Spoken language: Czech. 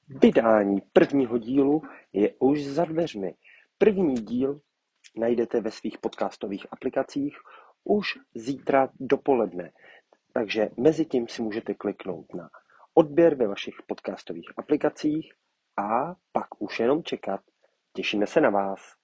Vydání prvního dílu je už za dveřmi. První díl najdete ve svých podcastových aplikacích už zítra dopoledne. Takže mezi tím si můžete kliknout na odběr ve vašich podcastových aplikacích a pak už jenom čekat. Těšíme se na vás.